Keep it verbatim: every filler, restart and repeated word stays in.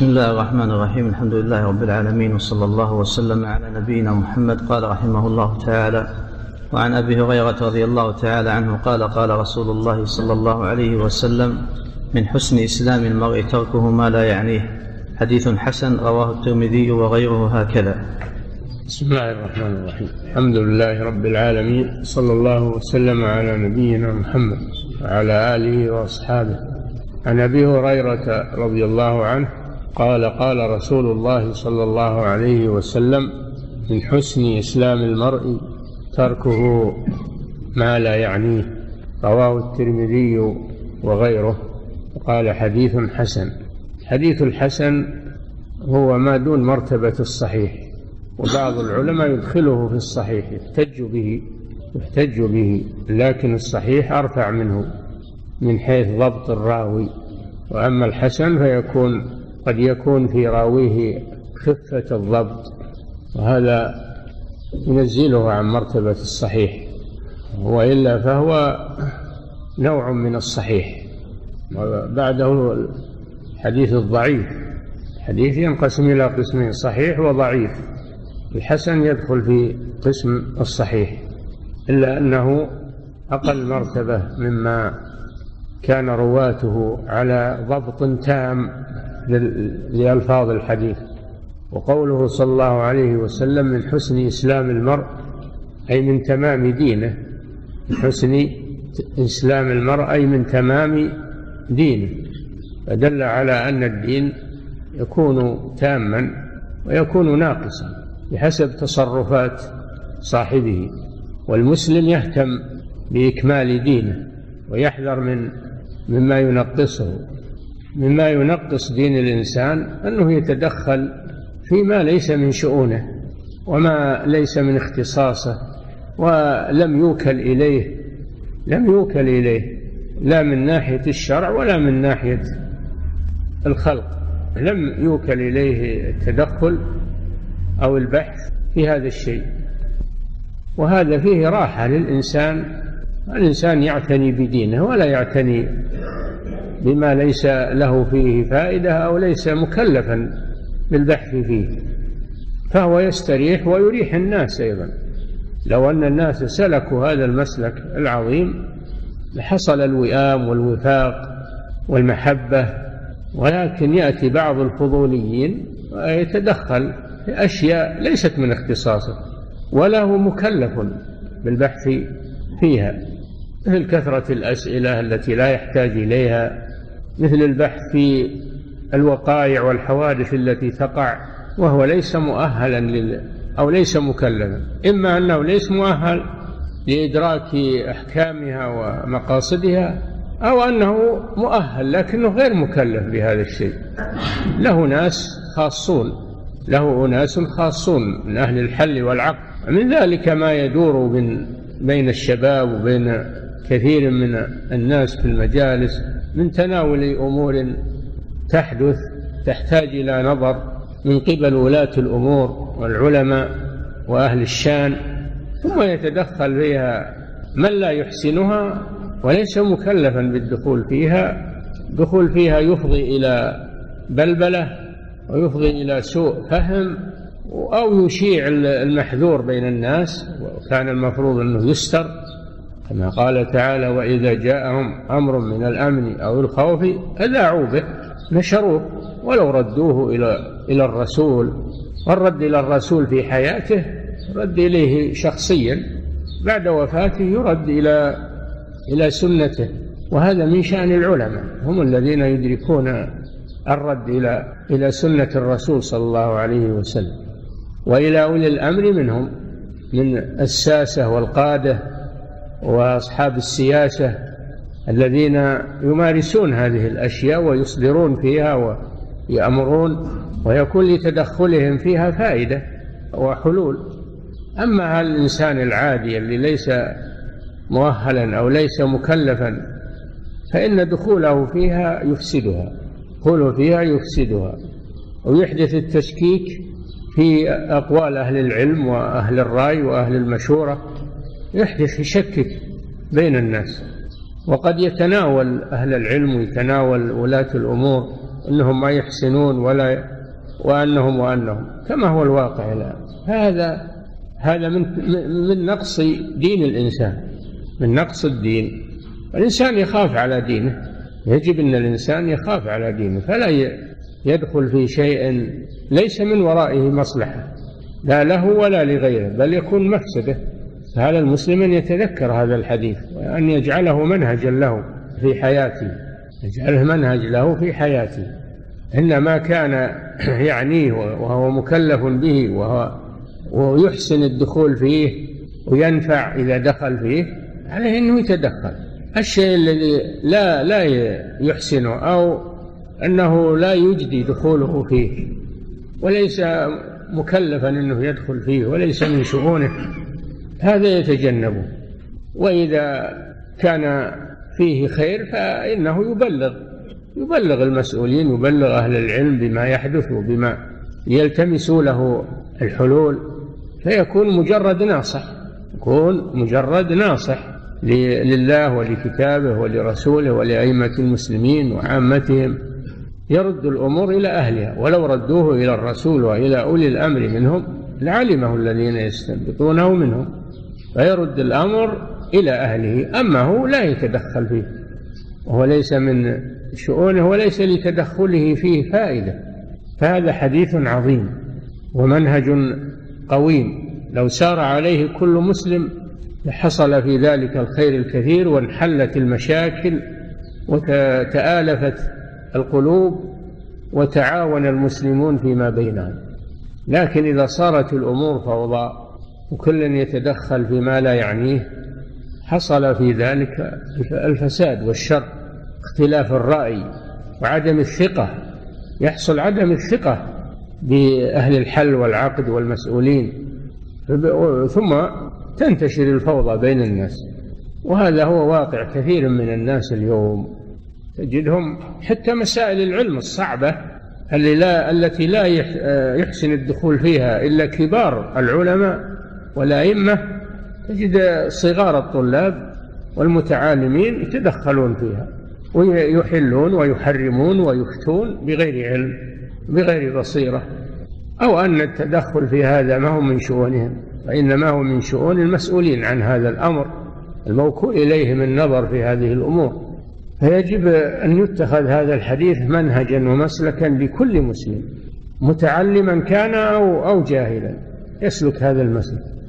بسم الله الرحمن الرحيم. الحمد لله رب العالمين، وصلى الله وسلم على نبينا محمد. قال رحمه الله تعالى: وعن أبي هريرة رضي الله تعالى عنه قال: قال رسول الله صلى الله عليه وسلم: من حسن إسلام المرء تركه ما لا يعنيه. حديث حسن رواه الترمذي وغيره هكذا. بسم الله الرحمن الرحيم. الحمد لله رب العالمين، صلى الله وسلم على نبينا محمد وعلى آله وأصحابه. عن أبي هريرة رضي الله عنه قال: قال رسول الله صلى الله عليه وسلم: من حسن إسلام المرء تركه ما لا يعنيه. رواه الترمذي وغيره. وقال: حديث حسن. حديث الحسن هو ما دون مرتبة الصحيح، وبعض العلماء يدخله في الصحيح، يحتج به يحتج به لكن الصحيح أرفع منه من حيث ضبط الراوي. وأما الحسن فيكون قد يكون في راويه خفة الضبط، وهذا ينزله عن مرتبة الصحيح، وإلا فهو نوع من الصحيح. وبعده الحديث الضعيف. الحديث ينقسم إلى قسمين: صحيح وضعيف. الحسن يدخل في قسم الصحيح، إلا أنه أقل مرتبة مما كان رواته على ضبط تام لألفاظ الحديث. وقوله صلى الله عليه وسلم: من حسن إسلام المرء، أي من تمام دينه. من حسن إسلام المرء أي من تمام دينه، فدل على أن الدين يكون تاما ويكون ناقصا بحسب تصرفات صاحبه. والمسلم يهتم بإكمال دينه ويحذر من مما ينقصه. مما ينقص دين الإنسان أنه يتدخل فيما ليس من شؤونه وما ليس من اختصاصه، ولم يوكل إليه لم يوكل إليه لا من ناحية الشرع ولا من ناحية الخلق. لم يوكل إليه التدخل أو البحث في هذا الشيء، وهذا فيه راحة للإنسان. الإنسان يعتني بدينه ولا يعتني بما ليس له فيه فائدة أو ليس مكلفا بالبحث فيه، فهو يستريح ويريح الناس أيضا. لو أن الناس سلكوا هذا المسلك العظيم لحصل الوئام والوفاق والمحبة، ولكن يأتي بعض الفضوليين ويتدخل في أشياء ليست من اختصاصه ولا هو مكلف بالبحث فيها، مثل كثرة الأسئلة التي لا يحتاج إليها، مثل البحث في الوقائع والحوادث التي تقع وهو ليس مؤهلا لل... أو ليس مكلفا. إما أنه ليس مؤهل لإدراك أحكامها ومقاصدها، أو أنه مؤهل لكنه غير مكلف بهذا الشيء. له ناس خاصون له أناس خاصون من أهل الحل والعقد. من ذلك ما يدور من بين الشباب وبين كثير من الناس في المجالس من تناول أمور تحدث تحتاج إلى نظر من قبل ولاة الأمور والعلماء وأهل الشان، ثم يتدخل فيها من لا يحسنها وليس مكلفا بالدخول فيها. دخول فيها يفضي إلى بلبلة ويفضي إلى سوء فهم، أو يشيع المحذور بين الناس، وكان المفروض أنه يستر كما قال تعالى: وإذا جاءهم أمر من الأمن أو الخوف أذاعوا به نشروه ولو ردوه إلى إلى الرسول. والرد إلى الرسول في حياته رد إليه شخصيا، بعد وفاته يرد إلى إلى سنته، وهذا من شأن العلماء، هم الذين يدركون الرد إلى إلى سنة الرسول صلى الله عليه وسلم. وإلى أولي الأمر منهم، من الساسة والقادة وأصحاب السياسة الذين يمارسون هذه الأشياء ويصدرون فيها ويأمرون، ويكون لتدخلهم فيها فائدة وحلول. أما الإنسان العادي اللي ليس مؤهلا أو ليس مكلفا فإن دخوله فيها يفسدها دخوله فيها يفسدها ويحدث التشكيك في أقوال أهل العلم وأهل الرأي وأهل المشورة، يحدث يشكك بين الناس. وقد يتناول أهل العلم ويتناول ولاة الأمور أنهم ما يحسنون ولا وأنهم وأنهم كما هو الواقع الآن. هذا هذا من من نقص دين الإنسان، من نقص الدين. الإنسان يخاف على دينه، يجب أن الإنسان يخاف على دينه، فلا يدخل في شيء ليس من ورائه مصلحة لا له ولا لغيره، بل يكون مفسده. فعلى المسلم أن يتذكر هذا الحديث وأن يجعله منهجا له في حياته، يجعله منهج له في حياته. إنما كان يعنيه وهو مكلف به وهو ويحسن الدخول فيه وينفع إذا دخل فيه، عليه أنه يتدخل. الشيء الذي لا لا يحسنه أو أنه لا يجدي دخوله فيه وليس مكلفا أنه يدخل فيه وليس من شؤونه، هذا يتجنبه. وإذا كان فيه خير فإنه يبلغ يبلغ المسؤولين، يبلغ أهل العلم بما يحدث وبما يلتمسوا له الحلول، فيكون مجرد ناصح، يكون مجرد ناصح لله ولكتابه ولرسوله ولأئمة المسلمين وعامتهم، يرد الأمور إلى أهلها. ولو ردوه إلى الرسول وإلى أولي الأمر منهم لعلمه الذين يستنبطونه منهم، فيرد الأمر إلى أهله. أما هو لا يتدخل فيه، وهو ليس من شؤونه وليس لتدخله فيه فائدة. فهذا حديث عظيم ومنهج قويم، لو سار عليه كل مسلم حصل في ذلك الخير الكثير، وانحلت المشاكل وتآلفت القلوب وتعاون المسلمون فيما بينهم. لكن إذا صارت الأمور فوضى وكل يتدخل فيما لا يعنيه، حصل في ذلك الفساد والشر، اختلاف الرأي وعدم الثقة، يحصل عدم الثقة بأهل الحل والعقد والمسؤولين، ثم تنتشر الفوضى بين الناس. وهذا هو واقع كثير من الناس اليوم، تجدهم حتى مسائل العلم الصعبة اللي لا التي لا يحسن الدخول فيها إلا كبار العلماء والأئمة، تجد صغار الطلاب والمتعالمين يتدخلون فيها ويحلون ويحرمون ويفتون بغير علم بغير بصيرة، أو أن التدخل في هذا ما هو من شؤونهم، وإنما هو من شؤون المسؤولين عن هذا الأمر الموكول إليهم النظر في هذه الأمور. فيجب أن يتخذ هذا الحديث منهجا ومسلكا لكل مسلم، متعلما كان أو أو جاهلا، يسلك هذا المسلك.